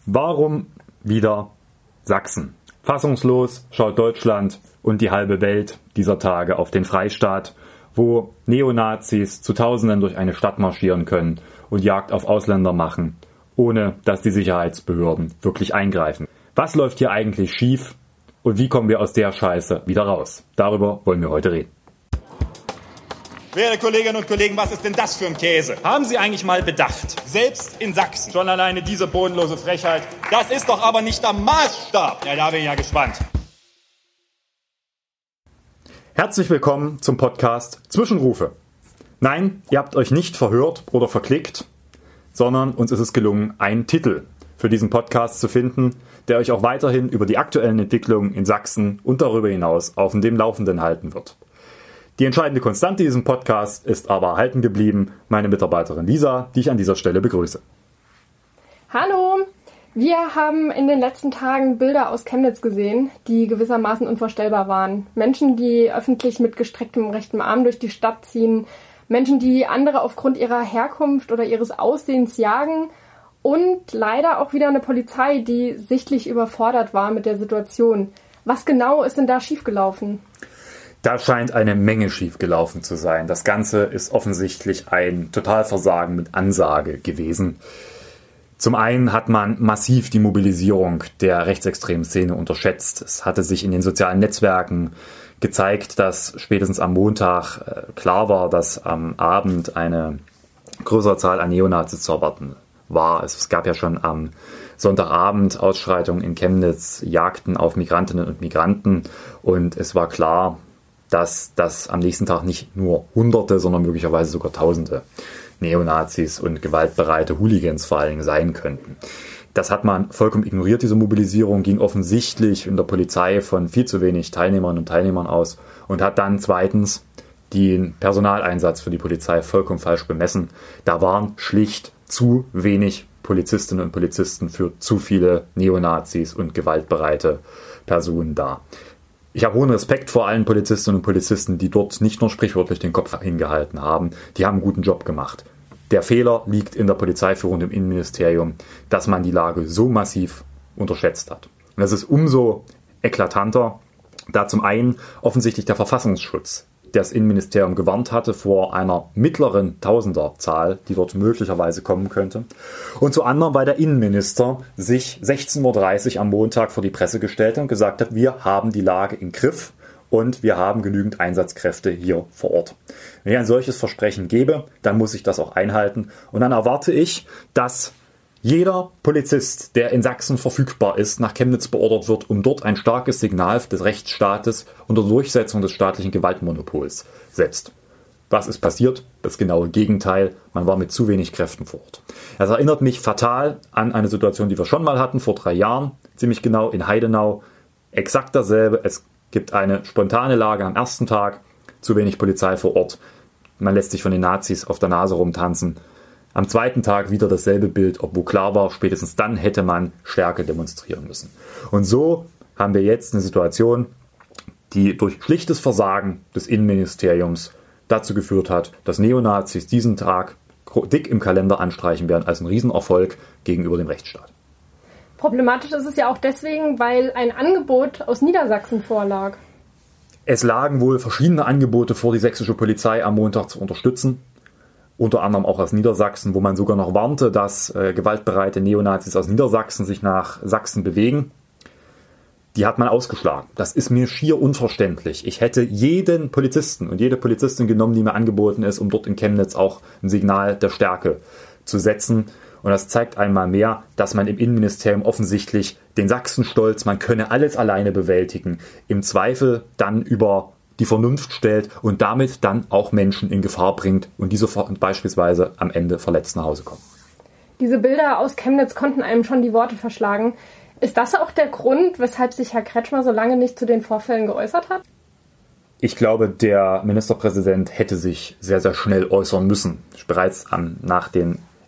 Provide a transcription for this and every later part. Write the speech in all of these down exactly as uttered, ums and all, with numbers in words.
Warum wieder Sachsen? Fassungslos schaut Deutschland und die halbe Welt dieser Tage auf den Freistaat, wo Neonazis zu Tausenden durch eine Stadt marschieren können und Jagd auf Ausländer machen, ohne dass die Sicherheitsbehörden wirklich eingreifen. Was läuft hier eigentlich schief und wie kommen wir aus der Scheiße wieder raus? Darüber wollen wir heute reden. Werte Kolleginnen und Kollegen, was ist denn das für ein Käse? Haben Sie eigentlich mal bedacht, selbst in Sachsen, schon alleine diese bodenlose Frechheit, das ist doch aber nicht der Maßstab. Ja, da bin ich ja gespannt. Herzlich willkommen zum Podcast Zwischenrufe. Nein, ihr habt euch nicht verhört oder verklickt, sondern uns ist es gelungen, einen Titel für diesen Podcast zu finden, der euch auch weiterhin über die aktuellen Entwicklungen in Sachsen und darüber hinaus auf dem Laufenden halten wird. Die entscheidende Konstante diesem Podcast ist aber erhalten geblieben, meine Mitarbeiterin Lisa, die ich an dieser Stelle begrüße. Hallo! Wir haben in den letzten Tagen Bilder aus Chemnitz gesehen, die gewissermaßen unvorstellbar waren. Menschen, die öffentlich mit gestrecktem rechtem Arm durch die Stadt ziehen, Menschen, die andere aufgrund ihrer Herkunft oder ihres Aussehens jagen und leider auch wieder eine Polizei, die sichtlich überfordert war mit der Situation. Was genau ist denn da schiefgelaufen? Da scheint eine Menge schiefgelaufen zu sein. Das Ganze ist offensichtlich ein Totalversagen mit Ansage gewesen. Zum einen hat man massiv die Mobilisierung der rechtsextremen Szene unterschätzt. Es hatte sich in den sozialen Netzwerken gezeigt, dass spätestens am Montag klar war, dass am Abend eine größere Zahl an Neonazis zu erwarten war. Es gab ja schon am Sonntagabend Ausschreitungen in Chemnitz, Jagden auf Migrantinnen und Migranten und es war klar, dass das am nächsten Tag nicht nur Hunderte, sondern möglicherweise sogar Tausende Neonazis und gewaltbereite Hooligans vor allem sein könnten. Das hat man vollkommen ignoriert, diese Mobilisierung, ging offensichtlich in der Polizei von viel zu wenig Teilnehmerinnen und Teilnehmern aus und hat dann zweitens den Personaleinsatz für die Polizei vollkommen falsch bemessen. Da waren schlicht zu wenig Polizistinnen und Polizisten für zu viele Neonazis und gewaltbereite Personen da. Ich habe hohen Respekt vor allen Polizistinnen und Polizisten, die dort nicht nur sprichwörtlich den Kopf hingehalten haben. Die haben einen guten Job gemacht. Der Fehler liegt in der Polizeiführung im Innenministerium, dass man die Lage so massiv unterschätzt hat. Und das ist umso eklatanter, da zum einen offensichtlich der Verfassungsschutz das Innenministerium gewarnt hatte vor einer mittleren Tausenderzahl, die dort möglicherweise kommen könnte. Und zu anderen, weil der Innenminister sich sechzehn Uhr dreißig am Montag vor die Presse gestellt hat und gesagt hat, wir haben die Lage im Griff und wir haben genügend Einsatzkräfte hier vor Ort. Wenn ich ein solches Versprechen gebe, dann muss ich das auch einhalten. Und dann erwarte ich, dass jeder Polizist, der in Sachsen verfügbar ist, nach Chemnitz beordert wird, um dort ein starkes Signal des Rechtsstaates unter Durchsetzung des staatlichen Gewaltmonopols setzt. Was ist passiert? Das genaue Gegenteil. Man war mit zu wenig Kräften vor Ort. Das erinnert mich fatal an eine Situation, die wir schon mal hatten, vor drei Jahren, ziemlich genau in Heidenau. Exakt dasselbe. Es gibt eine spontane Lage am ersten Tag, zu wenig Polizei vor Ort. Man lässt sich von den Nazis auf der Nase rumtanzen. Am zweiten Tag wieder dasselbe Bild, obwohl klar war, spätestens dann hätte man Stärke demonstrieren müssen. Und so haben wir jetzt eine Situation, die durch schlichtes Versagen des Innenministeriums dazu geführt hat, dass Neonazis diesen Tag dick im Kalender anstreichen werden als ein Riesenerfolg gegenüber dem Rechtsstaat. Problematisch ist es ja auch deswegen, weil ein Angebot aus Niedersachsen vorlag. Es lagen wohl verschiedene Angebote vor, die sächsische Polizei am Montag zu unterstützen. Unter anderem auch aus Niedersachsen, wo man sogar noch warnte, dass äh, gewaltbereite Neonazis aus Niedersachsen sich nach Sachsen bewegen. Die hat man ausgeschlagen. Das ist mir schier unverständlich. Ich hätte jeden Polizisten und jede Polizistin genommen, die mir angeboten ist, um dort in Chemnitz auch ein Signal der Stärke zu setzen. Und das zeigt einmal mehr, dass man im Innenministerium offensichtlich den Sachsenstolz, man könne alles alleine bewältigen, im Zweifel dann über die Vernunft stellt und damit dann auch Menschen in Gefahr bringt und diese beispielsweise am Ende verletzt nach Hause kommen. Diese Bilder aus Chemnitz konnten einem schon die Worte verschlagen. Ist das auch der Grund, weshalb sich Herr Kretschmer so lange nicht zu den Vorfällen geäußert hat? Ich glaube, der Ministerpräsident hätte sich sehr, sehr schnell äußern müssen. Bereits am, nach den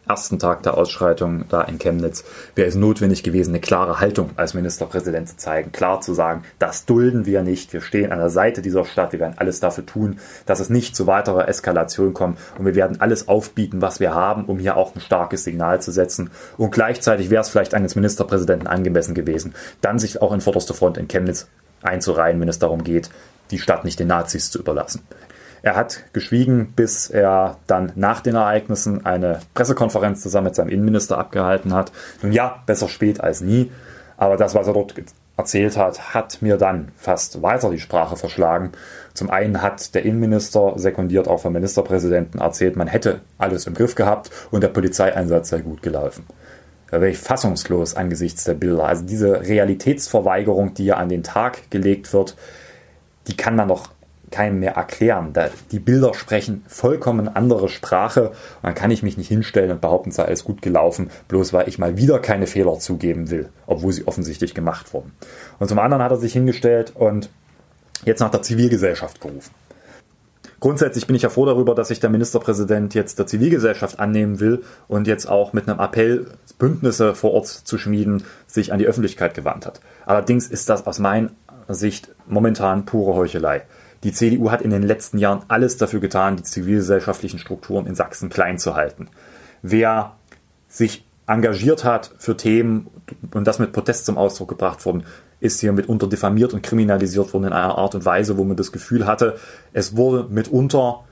ersten Tag der Ausschreitung da in Chemnitz wäre es notwendig gewesen, eine klare Haltung als Ministerpräsident zu zeigen, klar zu sagen, das dulden wir nicht, wir stehen an der Seite dieser Stadt, wir werden alles dafür tun, dass es nicht zu weiterer Eskalation kommt und wir werden alles aufbieten, was wir haben, um hier auch ein starkes Signal zu setzen. Und gleichzeitig wäre es vielleicht eines Ministerpräsidenten angemessen gewesen, dann sich auch in vorderster Front in Chemnitz einzureihen, wenn es darum geht, die Stadt nicht den Nazis zu überlassen. Er hat geschwiegen, bis er dann nach den Ereignissen eine Pressekonferenz zusammen mit seinem Innenminister abgehalten hat. Nun ja, besser spät als nie, aber das, was er dort erzählt hat, hat mir dann fast weiter die Sprache verschlagen. Zum einen hat der Innenminister, sekundiert auch vom Ministerpräsidenten, erzählt, man hätte alles im Griff gehabt und der Polizeieinsatz sei gut gelaufen. Da wäre ich fassungslos angesichts der Bilder. Also diese Realitätsverweigerung, die hier an den Tag gelegt wird, die kann man doch keinem mehr erklären. Da, die Bilder sprechen vollkommen andere Sprache. Und dann kann ich mich nicht hinstellen und behaupten, es sei alles gut gelaufen, bloß weil ich mal wieder keine Fehler zugeben will, obwohl sie offensichtlich gemacht wurden. Und zum anderen hat er sich hingestellt und jetzt nach der Zivilgesellschaft gerufen. Grundsätzlich bin ich ja froh darüber, dass sich der Ministerpräsident jetzt der Zivilgesellschaft annehmen will und jetzt auch mit einem Appell, Bündnisse vor Ort zu schmieden, sich an die Öffentlichkeit gewandt hat. Allerdings ist das aus meiner Sicht momentan pure Heuchelei. Die C D U hat in den letzten Jahren alles dafür getan, die zivilgesellschaftlichen Strukturen in Sachsen klein zu halten. Wer sich engagiert hat für Themen und das mit Protest zum Ausdruck gebracht worden, ist hier mitunter diffamiert und kriminalisiert worden in einer Art und Weise, wo man das Gefühl hatte, es wurde mitunter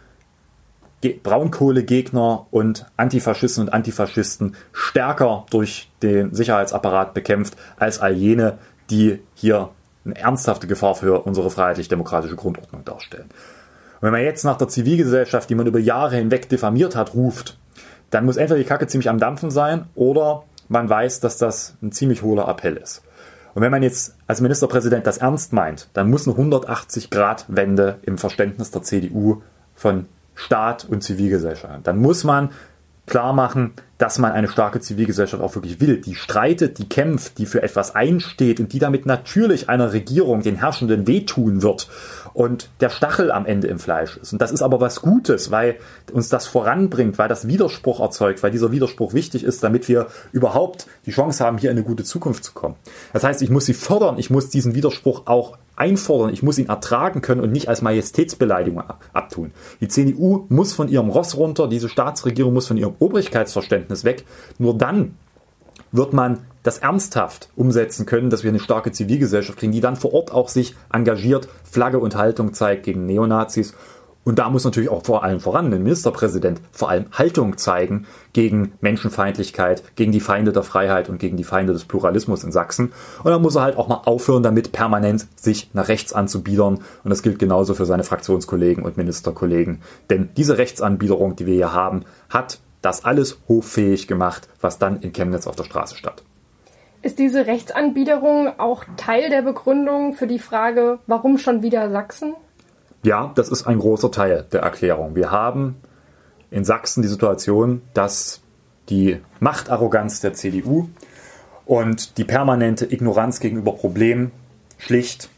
Braunkohlegegner und Antifaschisten und Antifaschisten stärker durch den Sicherheitsapparat bekämpft, als all jene, die hier eine ernsthafte Gefahr für unsere freiheitlich-demokratische Grundordnung darstellen. Und wenn man jetzt nach der Zivilgesellschaft, die man über Jahre hinweg diffamiert hat, ruft, dann muss entweder die Kacke ziemlich am Dampfen sein oder man weiß, dass das ein ziemlich hohler Appell ist. Und wenn man jetzt als Ministerpräsident das ernst meint, dann muss eine hundertachtzig-Grad-Wende im Verständnis der C D U von Staat und Zivilgesellschaft haben. Dann muss man klar machen, dass man eine starke Zivilgesellschaft auch wirklich will, die streitet, die kämpft, die für etwas einsteht und die damit natürlich einer Regierung, den Herrschenden, wehtun wird und der Stachel am Ende im Fleisch ist. Und das ist aber was Gutes, weil uns das voranbringt, weil das Widerspruch erzeugt, weil dieser Widerspruch wichtig ist, damit wir überhaupt die Chance haben, hier in eine gute Zukunft zu kommen. Das heißt, ich muss sie fördern, ich muss diesen Widerspruch auch einfordern, ich muss ihn ertragen können und nicht als Majestätsbeleidigung abtun. Die C D U muss von ihrem Ross runter, diese Staatsregierung muss von ihrem Obrigkeitsverständnis weg. Nur dann wird man das ernsthaft umsetzen können, dass wir eine starke Zivilgesellschaft kriegen, die dann vor Ort auch sich engagiert, Flagge und Haltung zeigt gegen Neonazis. Und da muss natürlich auch vor allem voran ein Ministerpräsident vor allem Haltung zeigen gegen Menschenfeindlichkeit, gegen die Feinde der Freiheit und gegen die Feinde des Pluralismus in Sachsen. Und dann muss er halt auch mal aufhören, damit permanent sich nach rechts anzubiedern. Und das gilt genauso für seine Fraktionskollegen und Ministerkollegen. Denn diese Rechtsanbiederung, die wir hier haben, hat das alles hoffähig gemacht, was dann in Chemnitz auf der Straße stand. Ist diese Rechtsanbiederung auch Teil der Begründung für die Frage, warum schon wieder Sachsen? Ja, das ist ein großer Teil der Erklärung. Wir haben in Sachsen die Situation, dass die Machtarroganz der C D U und die permanente Ignoranz gegenüber Problemen schlicht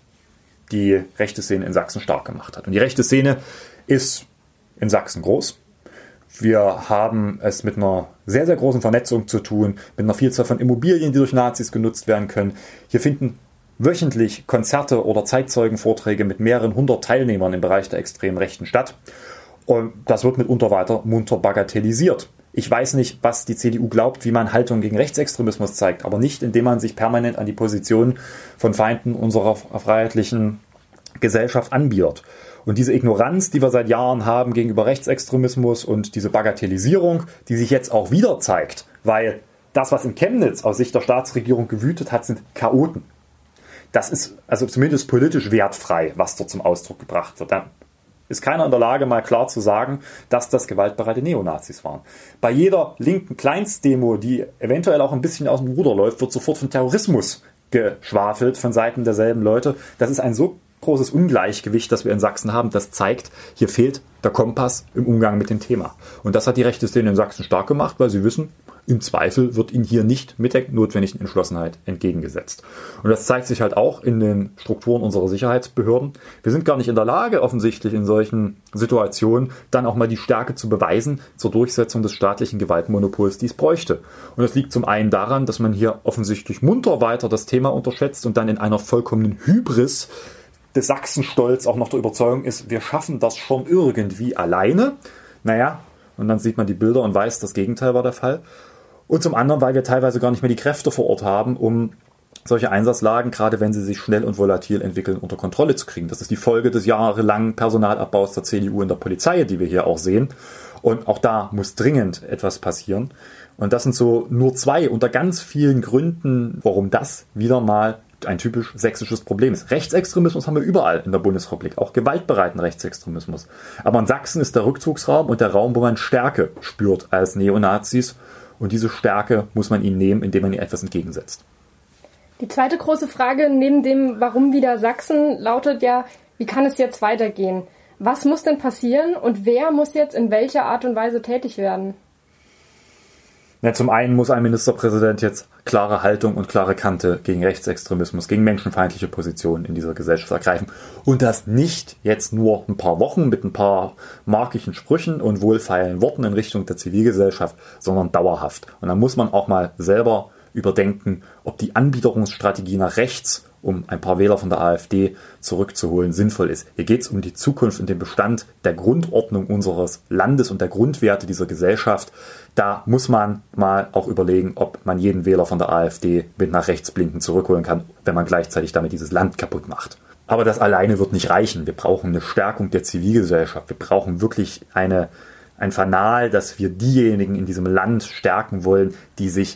die rechte Szene in Sachsen stark gemacht hat. Und die rechte Szene ist in Sachsen groß. Wir haben es mit einer sehr, sehr großen Vernetzung zu tun, mit einer Vielzahl von Immobilien, die durch Nazis genutzt werden können. Hier finden wöchentlich Konzerte oder Zeitzeugenvorträge mit mehreren hundert Teilnehmern im Bereich der extremen Rechten statt. Und das wird mitunter weiter munter bagatellisiert. Ich weiß nicht, was die C D U glaubt, wie man Haltung gegen Rechtsextremismus zeigt, aber nicht, indem man sich permanent an die Position von Feinden unserer freiheitlichen Gesellschaft anbietet. Und diese Ignoranz, die wir seit Jahren haben gegenüber Rechtsextremismus und diese Bagatellisierung, die sich jetzt auch wieder zeigt, weil das, was in Chemnitz aus Sicht der Staatsregierung gewütet hat, sind Chaoten. Das ist also zumindest politisch wertfrei, was dort zum Ausdruck gebracht wird. Dann ist keiner in der Lage, mal klar zu sagen, dass das gewaltbereite Neonazis waren. Bei jeder linken Kleinstdemo, die eventuell auch ein bisschen aus dem Ruder läuft, wird sofort von Terrorismus geschwafelt von Seiten derselben Leute. Das ist ein so großes Ungleichgewicht, das wir in Sachsen haben. Das zeigt, hier fehlt der Kompass im Umgang mit dem Thema. Und das hat die rechte Szene in Sachsen stark gemacht, weil sie wissen, im Zweifel wird ihnen hier nicht mit der notwendigen Entschlossenheit entgegengesetzt. Und das zeigt sich halt auch in den Strukturen unserer Sicherheitsbehörden. Wir sind gar nicht in der Lage, offensichtlich in solchen Situationen dann auch mal die Stärke zu beweisen zur Durchsetzung des staatlichen Gewaltmonopols, die es bräuchte. Und das liegt zum einen daran, dass man hier offensichtlich munter weiter das Thema unterschätzt und dann in einer vollkommenen Hybris des Sachsenstolz auch noch der Überzeugung ist, wir schaffen das schon irgendwie alleine. Naja, und dann sieht man die Bilder und weiß, das Gegenteil war der Fall. Und zum anderen, weil wir teilweise gar nicht mehr die Kräfte vor Ort haben, um solche Einsatzlagen, gerade wenn sie sich schnell und volatil entwickeln, unter Kontrolle zu kriegen. Das ist die Folge des jahrelangen Personalabbaus der C D U in der Polizei, die wir hier auch sehen. Und auch da muss dringend etwas passieren. Und das sind so nur zwei unter ganz vielen Gründen, warum das wieder mal ein typisch sächsisches Problem ist. Rechtsextremismus haben wir überall in der Bundesrepublik, auch gewaltbereiten Rechtsextremismus. Aber in Sachsen ist der Rückzugsraum und der Raum, wo man Stärke spürt als Neonazis. Und diese Stärke muss man ihnen nehmen, indem man ihnen etwas entgegensetzt. Die zweite große Frage neben dem Warum wieder Sachsen lautet ja, wie kann es jetzt weitergehen? Was muss denn passieren und wer muss jetzt in welcher Art und Weise tätig werden? Ja, zum einen muss ein Ministerpräsident jetzt klare Haltung und klare Kante gegen Rechtsextremismus, gegen menschenfeindliche Positionen in dieser Gesellschaft ergreifen. Und das nicht jetzt nur ein paar Wochen mit ein paar markigen Sprüchen und wohlfeilen Worten in Richtung der Zivilgesellschaft, sondern dauerhaft. Und dann muss man auch mal selber überdenken, ob die Anbiederungsstrategie nach rechts, um ein paar Wähler von der AfD zurückzuholen, sinnvoll ist. Hier geht es um die Zukunft und den Bestand der Grundordnung unseres Landes und der Grundwerte dieser Gesellschaft. Da muss man mal auch überlegen, ob man jeden Wähler von der AfD mit nach rechts blinken zurückholen kann, wenn man gleichzeitig damit dieses Land kaputt macht. Aber das alleine wird nicht reichen. Wir brauchen eine Stärkung der Zivilgesellschaft. Wir brauchen wirklich eine, ein Fanal, dass wir diejenigen in diesem Land stärken wollen, die sich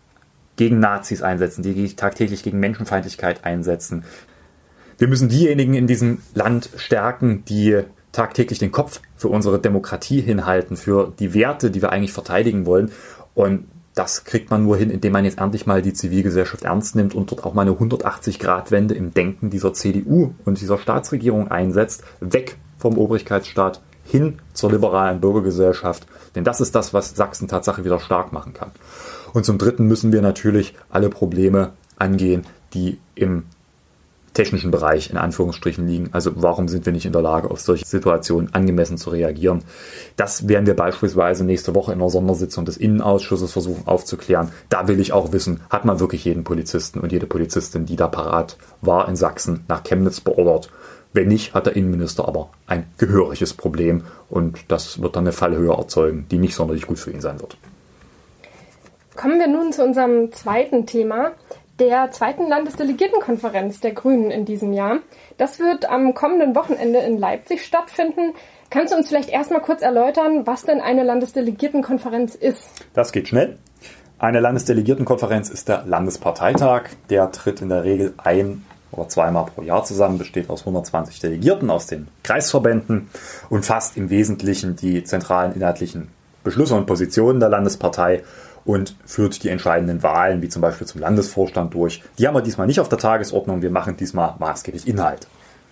gegen Nazis einsetzen, die tagtäglich gegen Menschenfeindlichkeit einsetzen. Wir müssen diejenigen in diesem Land stärken, die tagtäglich den Kopf für unsere Demokratie hinhalten, für die Werte, die wir eigentlich verteidigen wollen. Und das kriegt man nur hin, indem man jetzt endlich mal die Zivilgesellschaft ernst nimmt und dort auch mal eine hundertachtzig-Grad-Wende im Denken dieser C D U und dieser Staatsregierung einsetzt, weg vom Obrigkeitsstaat hin zur liberalen Bürgergesellschaft. Denn das ist das, was Sachsen Tatsache wieder stark machen kann. Und zum Dritten müssen wir natürlich alle Probleme angehen, die im technischen Bereich in Anführungsstrichen liegen. Also warum sind wir nicht in der Lage, auf solche Situationen angemessen zu reagieren? Das werden wir beispielsweise nächste Woche in einer Sondersitzung des Innenausschusses versuchen aufzuklären. Da will ich auch wissen, hat man wirklich jeden Polizisten und jede Polizistin, die da parat war in Sachsen, nach Chemnitz beordert? Wenn nicht, hat der Innenminister aber ein gehöriges Problem und das wird dann eine Fallhöhe erzeugen, die nicht sonderlich gut für ihn sein wird. Kommen wir nun zu unserem zweiten Thema, der zweiten Landesdelegiertenkonferenz der Grünen in diesem Jahr. Das wird am kommenden Wochenende in Leipzig stattfinden. Kannst du uns vielleicht erstmal kurz erläutern, was denn eine Landesdelegiertenkonferenz ist? Das geht schnell. Eine Landesdelegiertenkonferenz ist der Landesparteitag. Der tritt in der Regel ein oder zweimal pro Jahr zusammen, besteht aus hundertzwanzig Delegierten aus den Kreisverbänden und fasst im Wesentlichen die zentralen inhaltlichen Beschlüsse und Positionen der Landespartei und führt die entscheidenden Wahlen, wie zum Beispiel zum Landesvorstand, durch. Die haben wir diesmal nicht auf der Tagesordnung, wir machen diesmal maßgeblich Inhalt.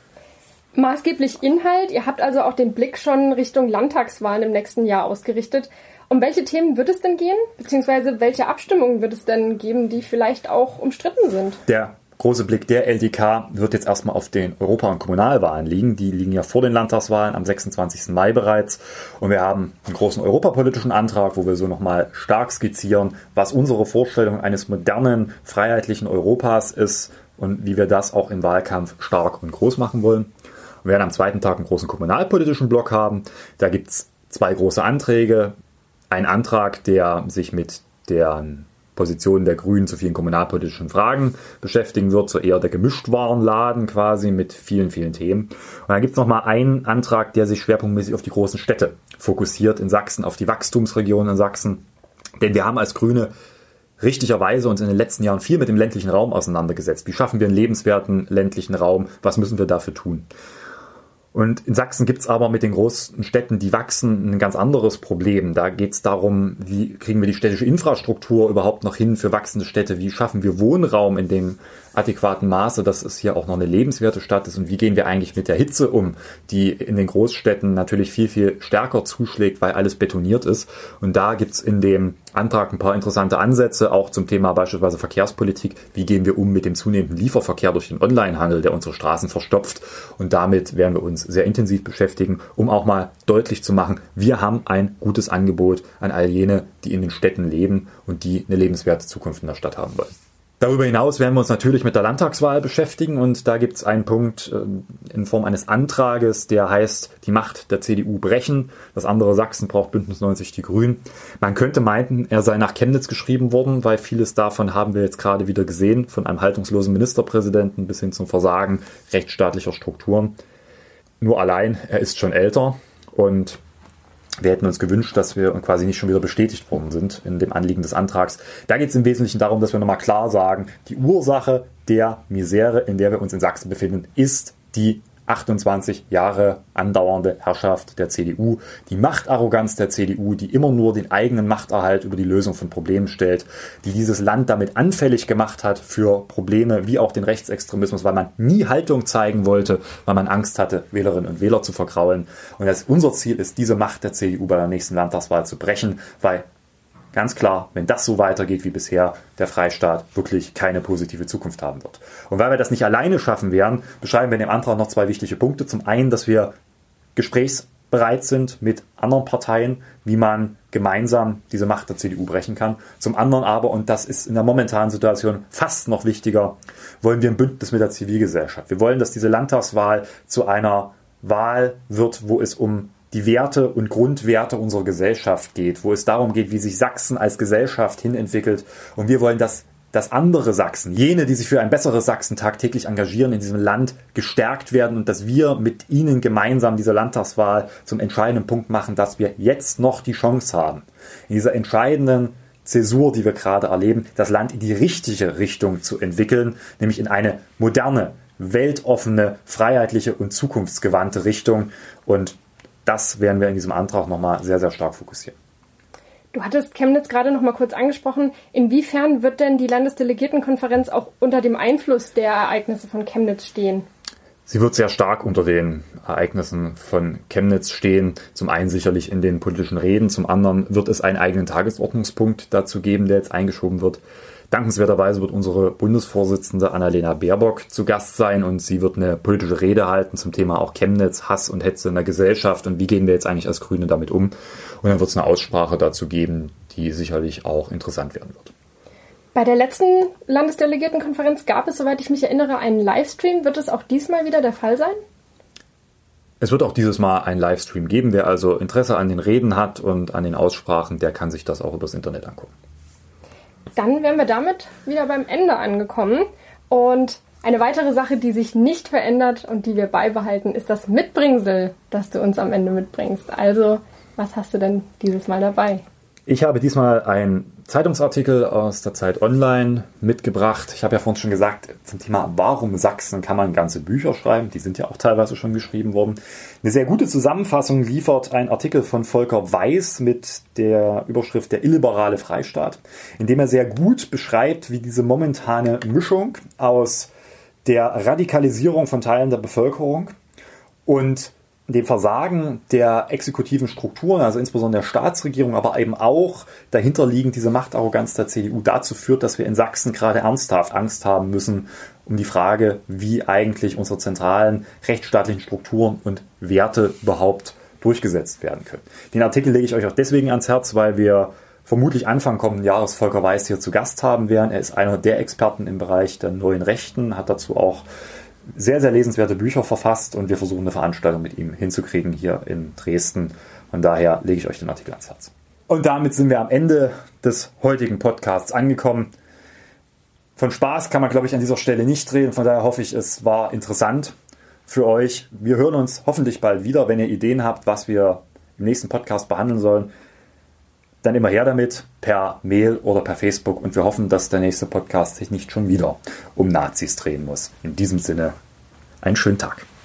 Maßgeblich Inhalt, ihr habt also auch den Blick schon Richtung Landtagswahlen im nächsten Jahr ausgerichtet. Um welche Themen wird es denn gehen? Beziehungsweise welche Abstimmungen wird es denn geben, die vielleicht auch umstritten sind? Der große Blick der L D K wird jetzt erstmal auf den Europa- und Kommunalwahlen liegen. Die liegen ja vor den Landtagswahlen am sechsundzwanzigsten Mai bereits. Und wir haben einen großen europapolitischen Antrag, wo wir so nochmal stark skizzieren, was unsere Vorstellung eines modernen, freiheitlichen Europas ist und wie wir das auch im Wahlkampf stark und groß machen wollen. Und wir werden am zweiten Tag einen großen kommunalpolitischen Block haben. Da gibt es zwei große Anträge. Ein Antrag, der sich mit der Positionen der Grünen zu vielen kommunalpolitischen Fragen beschäftigen wird, so eher der Gemischtwarenladen quasi mit vielen, vielen Themen. Und dann gibt es nochmal einen Antrag, der sich schwerpunktmäßig auf die großen Städte fokussiert in Sachsen, auf die Wachstumsregionen in Sachsen. Denn wir haben als Grüne richtigerweise uns in den letzten Jahren viel mit dem ländlichen Raum auseinandergesetzt. Wie schaffen wir einen lebenswerten ländlichen Raum? Was müssen wir dafür tun? Und in Sachsen gibt es aber mit den großen Städten, die wachsen, ein ganz anderes Problem. Da geht es darum, wie kriegen wir die städtische Infrastruktur überhaupt noch hin für wachsende Städte? Wie schaffen wir Wohnraum in dem adäquaten Maße, dass es hier auch noch eine lebenswerte Stadt ist? Und wie gehen wir eigentlich mit der Hitze um, die in den Großstädten natürlich viel, viel stärker zuschlägt, weil alles betoniert ist? Und da gibt es in dem Antrag ein paar interessante Ansätze, auch zum Thema beispielsweise Verkehrspolitik. Wie gehen wir um mit dem zunehmenden Lieferverkehr durch den Onlinehandel, der unsere Straßen verstopft? Und damit werden wir uns sehr intensiv beschäftigen, um auch mal deutlich zu machen, wir haben ein gutes Angebot an all jene, die in den Städten leben und die eine lebenswerte Zukunft in der Stadt haben wollen. Darüber hinaus werden wir uns natürlich mit der Landtagswahl beschäftigen und da gibt es einen Punkt in Form eines Antrages, der heißt, die Macht der C D U brechen. Das andere Sachsen braucht Bündnis neunzig Die Grünen. Man könnte meinen, er sei nach Chemnitz geschrieben worden, weil vieles davon haben wir jetzt gerade wieder gesehen, von einem haltungslosen Ministerpräsidenten bis hin zum Versagen rechtsstaatlicher Strukturen. Nur allein, er ist schon älter und wir hätten uns gewünscht, dass wir quasi nicht schon wieder bestätigt worden sind in dem Anliegen des Antrags. Da geht es im Wesentlichen darum, dass wir nochmal klar sagen, die Ursache der Misere, in der wir uns in Sachsen befinden, ist die achtundzwanzig Jahre andauernde Herrschaft der C D U, die Machtarroganz der C D U, die immer nur den eigenen Machterhalt über die Lösung von Problemen stellt, die dieses Land damit anfällig gemacht hat für Probleme wie auch den Rechtsextremismus, weil man nie Haltung zeigen wollte, weil man Angst hatte, Wählerinnen und Wähler zu vergraulen. Und das, unser Ziel ist, diese Macht der C D U bei der nächsten Landtagswahl zu brechen, weil ganz klar, wenn das so weitergeht wie bisher, der Freistaat wirklich keine positive Zukunft haben wird. Und weil wir das nicht alleine schaffen werden, beschreiben wir in dem Antrag noch zwei wichtige Punkte. Zum einen, dass wir gesprächsbereit sind mit anderen Parteien, wie man gemeinsam diese Macht der C D U brechen kann. Zum anderen aber, und das ist in der momentanen Situation fast noch wichtiger, wollen wir ein Bündnis mit der Zivilgesellschaft. Wir wollen, dass diese Landtagswahl zu einer Wahl wird, wo es um die Werte und Grundwerte unserer Gesellschaft geht, wo es darum geht, wie sich Sachsen als Gesellschaft hinentwickelt. Und wir wollen, dass, dass andere Sachsen, jene, die sich für ein besseres Sachsen tagtäglich engagieren, in diesem Land gestärkt werden und dass wir mit ihnen gemeinsam diese Landtagswahl zum entscheidenden Punkt machen, dass wir jetzt noch die Chance haben, in dieser entscheidenden Zäsur, die wir gerade erleben, das Land in die richtige Richtung zu entwickeln, nämlich in eine moderne, weltoffene, freiheitliche und zukunftsgewandte Richtung. Und das werden wir in diesem Antrag nochmal sehr, sehr stark fokussieren. Du hattest Chemnitz gerade noch mal kurz angesprochen. Inwiefern wird denn die Landesdelegiertenkonferenz auch unter dem Einfluss der Ereignisse von Chemnitz stehen? Sie wird sehr stark unter den Ereignissen von Chemnitz stehen. Zum einen sicherlich in den politischen Reden, zum anderen wird es einen eigenen Tagesordnungspunkt dazu geben, der jetzt eingeschoben wird. Dankenswerterweise wird unsere Bundesvorsitzende Annalena Baerbock zu Gast sein und sie wird eine politische Rede halten zum Thema auch Chemnitz, Hass und Hetze in der Gesellschaft und wie gehen wir jetzt eigentlich als Grüne damit um. Und dann wird es eine Aussprache dazu geben, die sicherlich auch interessant werden wird. Bei der letzten Landesdelegiertenkonferenz gab es, soweit ich mich erinnere, einen Livestream. Wird es auch diesmal wieder der Fall sein? Es wird auch dieses Mal einen Livestream geben. Wer also Interesse an den Reden hat und an den Aussprachen, der kann sich das auch übers Internet angucken. Dann wären wir damit wieder beim Ende angekommen. Und eine weitere Sache, die sich nicht verändert und die wir beibehalten, ist das Mitbringsel, das du uns am Ende mitbringst. Also, was hast du denn dieses Mal dabei? Ich habe diesmal einen Zeitungsartikel aus der Zeit Online mitgebracht. Ich habe ja vorhin schon gesagt, zum Thema Warum Sachsen kann man ganze Bücher schreiben. Die sind ja auch teilweise schon geschrieben worden. Eine sehr gute Zusammenfassung liefert ein Artikel von Volker Weiß mit der Überschrift Der illiberale Freistaat, in dem er sehr gut beschreibt, wie diese momentane Mischung aus der Radikalisierung von Teilen der Bevölkerung und dem Versagen der exekutiven Strukturen, also insbesondere der Staatsregierung, aber eben auch dahinterliegend diese Machtarroganz der C D U dazu führt, dass wir in Sachsen gerade ernsthaft Angst haben müssen um die Frage, wie eigentlich unsere zentralen rechtsstaatlichen Strukturen und Werte überhaupt durchgesetzt werden können. Den Artikel lege ich euch auch deswegen ans Herz, weil wir vermutlich Anfang kommenden Jahres Volker Weiß hier zu Gast haben werden. Er ist einer der Experten im Bereich der neuen Rechten, hat dazu auch sehr, sehr lesenswerte Bücher verfasst und wir versuchen eine Veranstaltung mit ihm hinzukriegen hier in Dresden. Von daher lege ich euch den Artikel ans Herz. Und damit sind wir am Ende des heutigen Podcasts angekommen. Von Spaß kann man, glaube ich, an dieser Stelle nicht reden. Von daher hoffe ich, es war interessant für euch. Wir hören uns hoffentlich bald wieder. Wenn ihr Ideen habt, was wir im nächsten Podcast behandeln sollen, dann immer her damit, per Mail oder per Facebook. Und wir hoffen, dass der nächste Podcast sich nicht schon wieder um Nazis drehen muss. In diesem Sinne, einen schönen Tag.